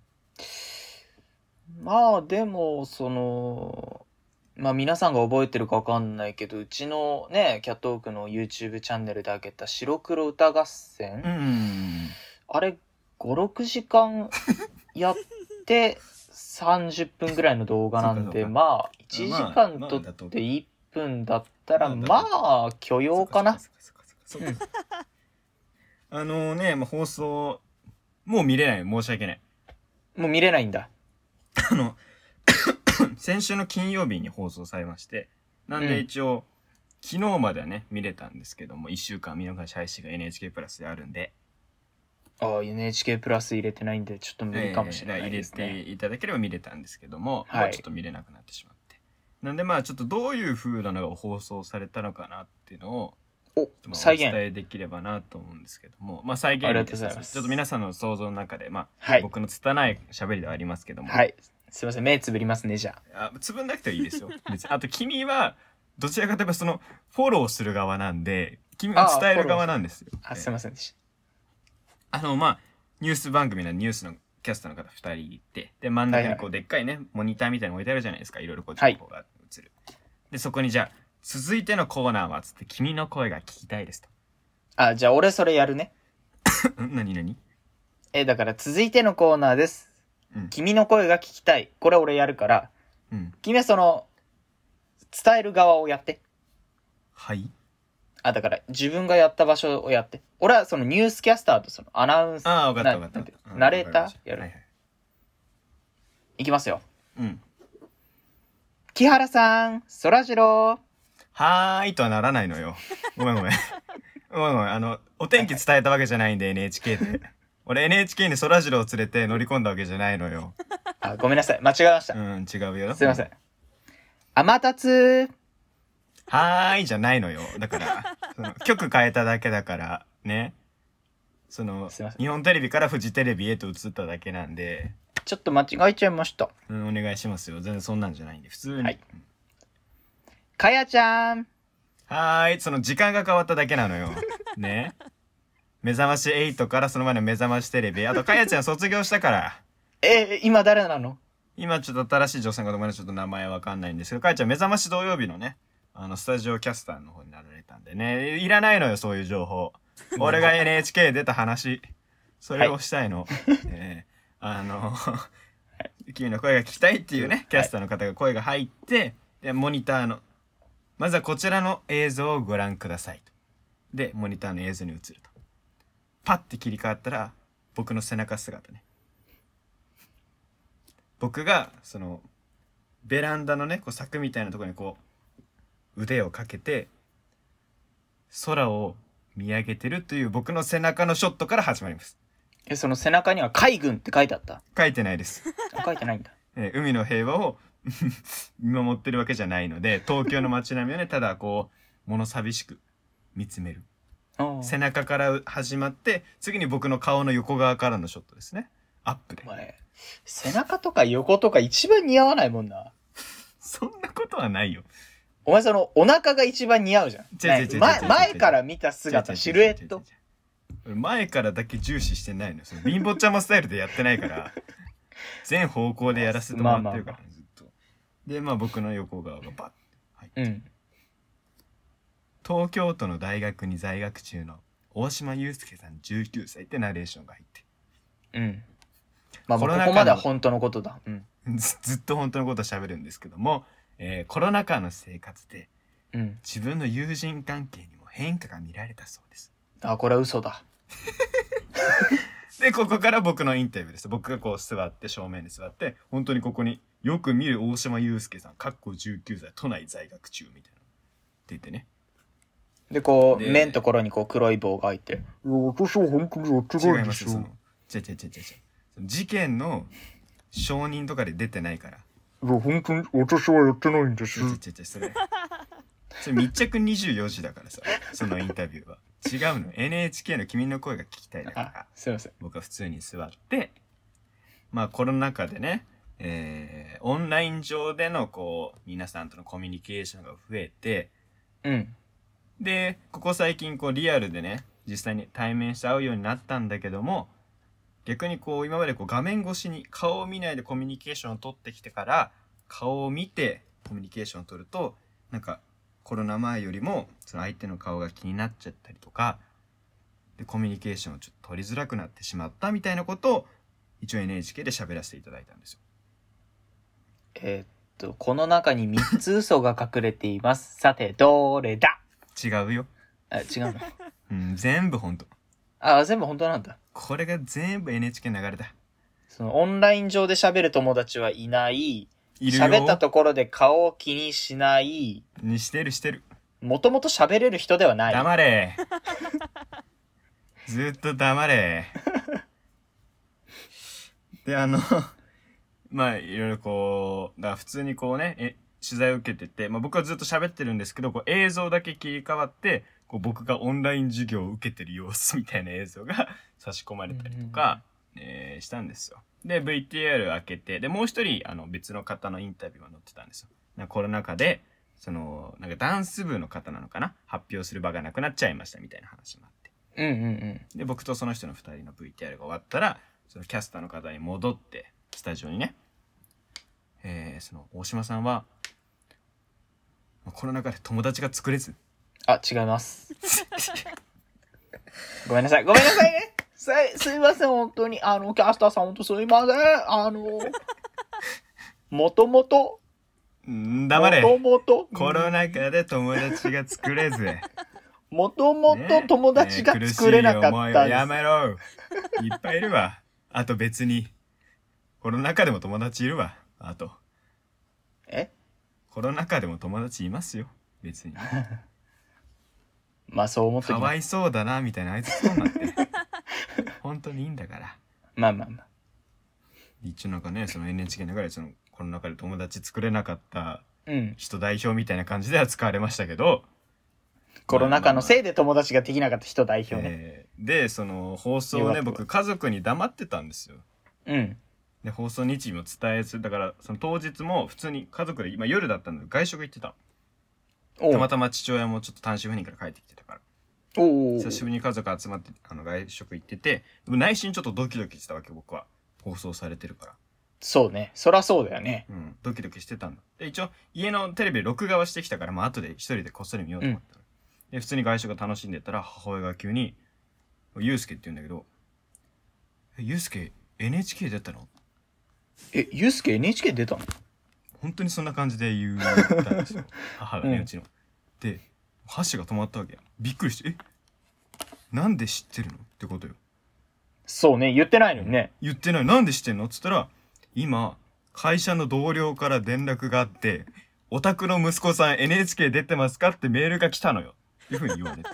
まあでもそのまあ皆さんが覚えてるかわかんないけど、うちのねキャットオークの YouTube チャンネルで開けた白黒歌合戦、 うんあれごろくじかんやってさんじゅっぷんぐらいの動画なんで、 そうかそうかまあいちじかんとっていっぷんだったらまあ許容かな。 そうかそうかそうかそうかあのね、まあ、放送もう見れない。申し訳ない。 もう見れないんだ。 あの先週の金曜日に放送されまして、なんで一応、うん、昨日まではね見れたんですけどもいっしゅうかん見逃し配信が エヌエイチケー プラスであるんで、 ああ エヌエイチケー プラス入れてないんでちょっと無理かもしれないですね、 えー、入れていただければ見れたんですけども、 はい、 もうちょっと見れなくなってしまって、なんでまあちょっとどういう風なのが放送されたのかなっていうのをお再現お伝えできればなと思うんですけども、まあ再現ありがとうございます。 ちょっと皆さんの想像の中でまあ、 はい、 僕の拙い喋りではありますけども、 はい、すいません目つぶりますね。じゃあつぶんなくてはいいですよ。あと君はどちらかといえばそのフォローする側なんで、君は伝える側なんですよ。 あ、すいませんでした。 あのまあニュース番組のニュースのキャスターの方ふたりいて、で真ん中にこうでっかいね、はいはい、モニターみたいなの置いてあるじゃないですか。いろいろこう情報が映る、はい、でそこにじゃあ続いてのコーナーはつって君の声が聞きたいですと。 あ、じゃあ俺それやるね。 何何えだから続いてのコーナーです、うん、君の声が聞きたい。これ俺やるから、うん、君はその伝える側をやって。 はい。 あ、だから自分がやった場所をやって。俺はそのニュースキャスターとそのアナウンス、 ああ、分かった分かった。 ナレーターやる、 はいはい、 いきますよ。 うん。 木原さん、そらジロー。 はーいとはならないのよ。ごめんごめん。ごめんごめん。あの、お天気伝えたわけじゃないんで、エヌエイチケー で。俺 エヌエイチケー にそらジローを連れて乗り込んだわけじゃないのよ。 あ、ごめんなさい。間違えました。 うん、違うよ。 すいません。天達。 はーいじゃないのよ。だから、その曲変えただけだから、ね。その、日本テレビからフジテレビへと移っただけなんで。 ちょっと間違えちゃいました。 うん、お願いしますよ。全然そんなんじゃないんで、普通に。はい。 かやちゃん。 はーい、その時間が変わっただけなのよ。ね。目覚ましエイトからその前の目覚ましテレビ。あと、かやちゃん卒業したから。 え、今誰なの？ 今ちょっと新しい女性がごめんなさい、ちょっと名前わかんないんですけど、かやちゃん目覚まし土曜日のね、あの、スタジオキャスターの方になられたんでね、いらないのよ、そういう情報。俺が エヌエイチケー 出た話、それをしたいの。はい、えー、あの、君の声が聞きたいっていうね、キャスターの方が声が入って、で、モニターの、まずはこちらの映像をご覧くださいと。で、モニターの映像に映ると。パッて切り替わったら、僕の背中姿ね。僕が、その、ベランダのね、こう柵みたいなところにこう、腕をかけて、空を見上げてるという僕の背中のショットから始まります。 え、その背中には海軍って書いてあった？ 書いてないです。 書いてないんだ。 えー、海の平和を見守ってるわけじゃないので、東京の街並みをね、ただこう物寂しく見つめる。背中から始まって、次に僕の顔の横側からのショットですね。アップで。 お前、背中とか横とか一番似合わないもんな。 そんなことはないよ。 お前そのお腹が一番似合うじゃん。 違う違う違う違う違う前前から見た姿、シルエット。 前からだけ重視してないの。その貧乏ちゃまスタイルでやってないから、全方向でやらせてもらってるから、ね、ずっと。で、まあ僕の横側がバッ、はい、 うん。 東京都の大学に在学中の大島祐介さんじゅうきゅうさいってナレーションが入って。 うん。まあここまでは本当のことだ。うん。 ず, ずっと本当のことを喋るんですけども、えー、コロナ禍の生活で、 うん、 自分の友人関係にも変化が見られたそうです。 あ、これは嘘だ。 で、ここから僕のインタビューです。僕がこう座って、正面に座って、本当にここによく見る大島祐介さん、かっこじゅうきゅうさい、都内在学中みたいな。って言ってね。 で、こう、目のところにこう黒い棒が入って。いや、 私は本当にやってないですよ。違います、その、違う違う違う違う。事件の証人とかで出てないから。 いや、本当に私はやってないんです。 違う違う違う、それ。それ密着にじゅうよじだからさ、そのインタビューは。違うの。エヌエイチケー の君の声が聞きたいだから。 すいません。 僕は普通に座って、まあコロナ禍でね、えー、オンライン上でのこう、皆さんとのコミュニケーションが増えて、 うん。 で、ここ最近こうリアルでね、実際に対面して会うようになったんだけども、逆にこう今までこう画面越しに顔を見ないでコミュニケーションを取ってきてから、顔を見てコミュニケーションを取ると、なんかコロナ前よりもその相手の顔が気になっちゃったりとか、でコミュニケーションをちょっと取りづらくなってしまったみたいなことを一応 エヌエイチケー で喋らせていただいたんですよ。 えー、っと、この中にみっつ嘘が隠れています。さて、どれだ？ 違うよ。 あ、違うの？ うん、全部本当。 あ、全部本当なんだ。 これが全部 エヌエイチケー の流れだ。 そのオンライン上で喋る友達はいない。 いるよ。 喋ったところで顔を気にしない。 にしてるしてる。 もともと喋れる人ではない。 黙れ。ずっと黙れ。で、あの、まあ、いろいろこう、だから普通にこうね、え、取材を受けてて、まあ僕はずっと喋ってるんですけど、こう映像だけ切り替わって、こう僕がオンライン授業を受けてる様子みたいな映像が差し込まれたりとか、えー、したんですよ。で、ブイティーアール 開けて、で、もう一人、あの、別の方のインタビューが載ってたんですよ。なんかコロナ禍で、その、なんかダンス部の方なのかな、発表する場がなくなっちゃいましたみたいな話もあって。 うんうんうん。 で、僕とその人の二人の ブイティーアール が終わったら、そのキャスターの方に戻って、スタジオにね、えー、その、大島さんは、コロナ禍で友達が作れず。 あ、違います。ごめんなさい。ごめんなさいね。す、すいません、本当に。あの、キャスターさん、本当すいません。あの、もともと、 ん黙れ。 もともと、 コロナ禍で友達が作れず。 もともと友達が作れなかったんです。 ねね、苦しい思いをやめろ。いっぱいいるわ。あと別に、コロナ禍でも友達いるわ。あと。 え？ コロナ禍でも友達いますよ。別に。 まあそう思ってかわいそうだなみたいなあいつそうなって本当にいいんだから。 まあまあまあ一応なんかね、その エヌエイチケー の中でそのこの中で友達作れなかったうん人代表みたいな感じでは使われましたけど、 コロナ禍のせいで友達ができなかった人代表ね、 えー、でその放送をね僕家族に黙ってたんですよ。 うんで放送日時も伝えず、だからその当日も普通に家族で今夜だったので外食行ってた。たまたま父親もちょっと単身赴任から帰ってきてたから、お久しぶりに家族集まってあの外食行ってて、でも内心ちょっとドキドキしたわけ僕は。放送されてるから。 そうね、そりゃそうだよね。 うんドキドキしてたんだ。で一応家のテレビ録画はしてきたから、まあ後で一人でこっそり見ようと思った、うん、で普通に外食楽しんでたら母親が急に「ゆうすけ」って言うんだけど「えゆうすけ エヌエイチケー 出たの？ えゆうすけ エヌエイチケー 出たの？ 本当にそんな感じで言ったんですよ母がね、うん、うちの。で箸が止まったわけや。びっくりして「えなんで知ってるの？」ってことよ。 そうね、言ってないのにね。 言ってない。なんで知ってんのっつったら、今会社の同僚から連絡があって、お宅の息子さん エヌエイチケー 出てますかってメールが来たのよっていうふうに言われて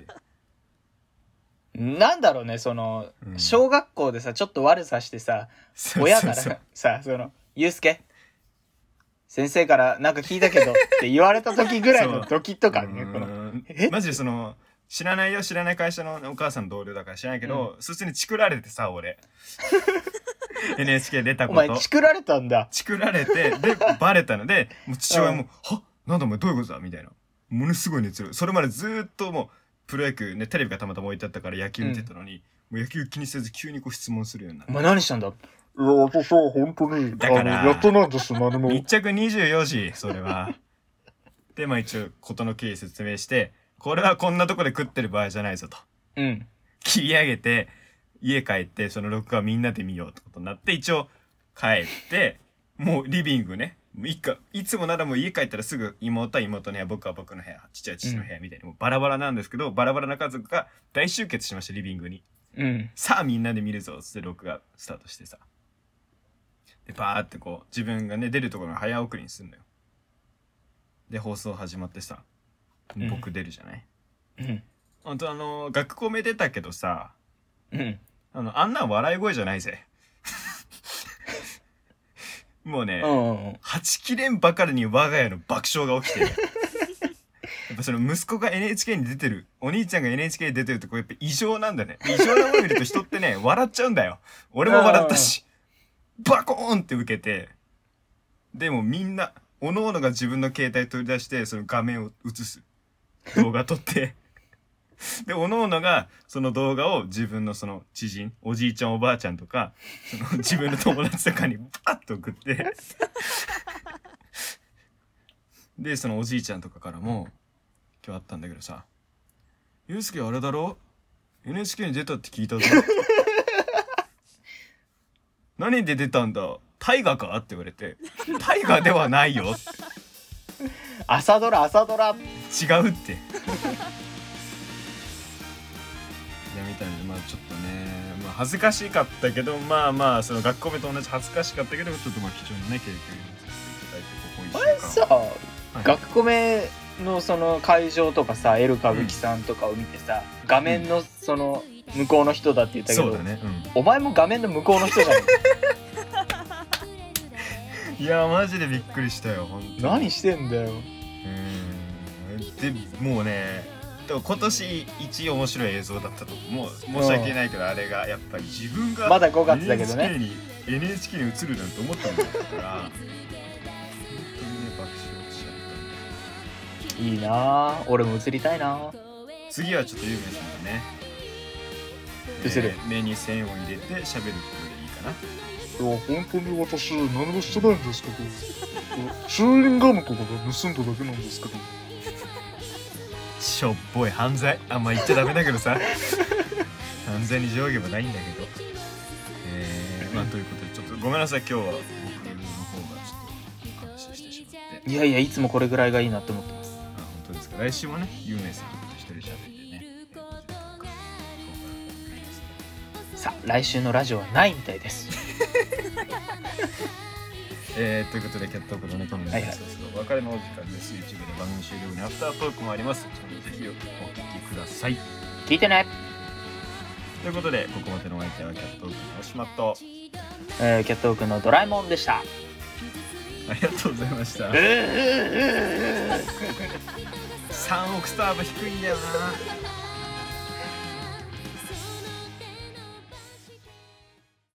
なんだろうね、その、うん、小学校でさちょっと悪さしてさ親からさそのゆうすけ先生からなんか聞いたけどって言われた時ぐらいのドキッと感ね。 うこのんえマジでその知らないよ知らない会社のお母さんの同僚だから知らないけど、普通にチクられてさ俺エヌエイチケー 出たお前ことチクられたんだ。 チクられてでバレたのでもう父親も「はっなんだお前どういうことだ?」みたいなものすごい熱量それまでずーっともうプロ野球ねテレビがたまたま置いてあったから野球見てたのに、もう野球気にせず急にこう質問するようになるお前何したんだ。 いや、私は本当に、 だからあのやってないんです、何も。 密着にじゅうよじそれはでまあ一応事の経緯説明してこれはこんなとこで食ってる場合じゃないぞとうん切り上げて家帰ってその録画みんなで見ようってことになって一応帰ってもうリビングねもう一家いつもならもう家帰ったらすぐ妹は妹の部屋僕は僕の部屋父は父の部屋みたいにもうバラバラなんですけど、バラバラな家族が大集結しましたリビングに。 うんさあみんなで見るぞっつって録画スタートしてさでバーってこう自分がね出るところの早送りにすんのよ。で放送始まってさ僕出るじゃない、 うんほんとあの学校目出たけどさうんあのあんなん笑い声じゃないぜもうね、 うんうんはちきれんばかりに我が家の爆笑が起きてるやっぱその息子が エヌエイチケー に出てるお兄ちゃんが エヌエイチケー に出てるってこれやっぱ異常なんだね。異常なもの見ると人ってね笑っちゃうんだよ。俺も笑ったしバコーンって受けてでもみんなおのおのが自分の携帯取り出してその画面を映す動画撮ってでおのおのがその動画を自分のその知人おじいちゃんおばあちゃんとかその自分の友達とかにバッと送ってでそのおじいちゃんとかからも今日あったんだけどさ「ゆうすけあれだろ エヌエイチケー に出たって聞いたぞ何で出たんだ大河か?」って言われて「大河ではないよ」 朝ドラ朝ドラ。 違うっていやみたいなまあちょっとね、まあ、恥ずかしかったけどまあまあその学校目と同じ恥ずかしかったけどちょっとまあ貴重なね経験をさせていただいてここいっしゅうかんさ、 はい学校目のその会場とかさエル歌舞伎さんとかを見てさ、画面のその向こうの人だって言ったけど、 そうだね、 お前も画面の向こうの人じゃんうん、いやマジでびっくりしたよ本当に何してんだよ。 うんでもうねでも今年一面白い映像だったと思う。もう申し訳ないけどあれがやっぱり自分がまだごがつだけどねエヌエイチケー に エヌエイチケー に映るなんて思ったんだから本当にね爆笑しちゃった。 いいなぁ俺も映りたいなぁ。 次はちょっとゆうめいさんがね映る、 えー目に線を入れて喋ることでいいかな。 いや、本当に私、何もしてないんですけど、チューインガムとかが盗んだだけなんですけど、 しょっぽい犯罪あんま言っちゃダメだけどさ犯罪に上下はないんだけどえー、まあということでちょっとごめんなさい今日は僕の方がちょっと話してしまっていやいやいつもこれぐらいがいいなって思ってます。 あ本当ですか。来週もねゆうめいさんと一人喋ってねさあ来週のラジオはないみたいですえー、ということでキャットオークのねこのはいはいそうそうお別れのお時間です。 YouTube で番組終了後にアフタートークもあります。ぜひお聞きください。 聞いてね。 ということでここまでのお相手はキャットオークのおしまとえー、キャットオークのドラえもんでした。 ありがとうございましたうーうーうーうーさんオクターブ低いんだよな。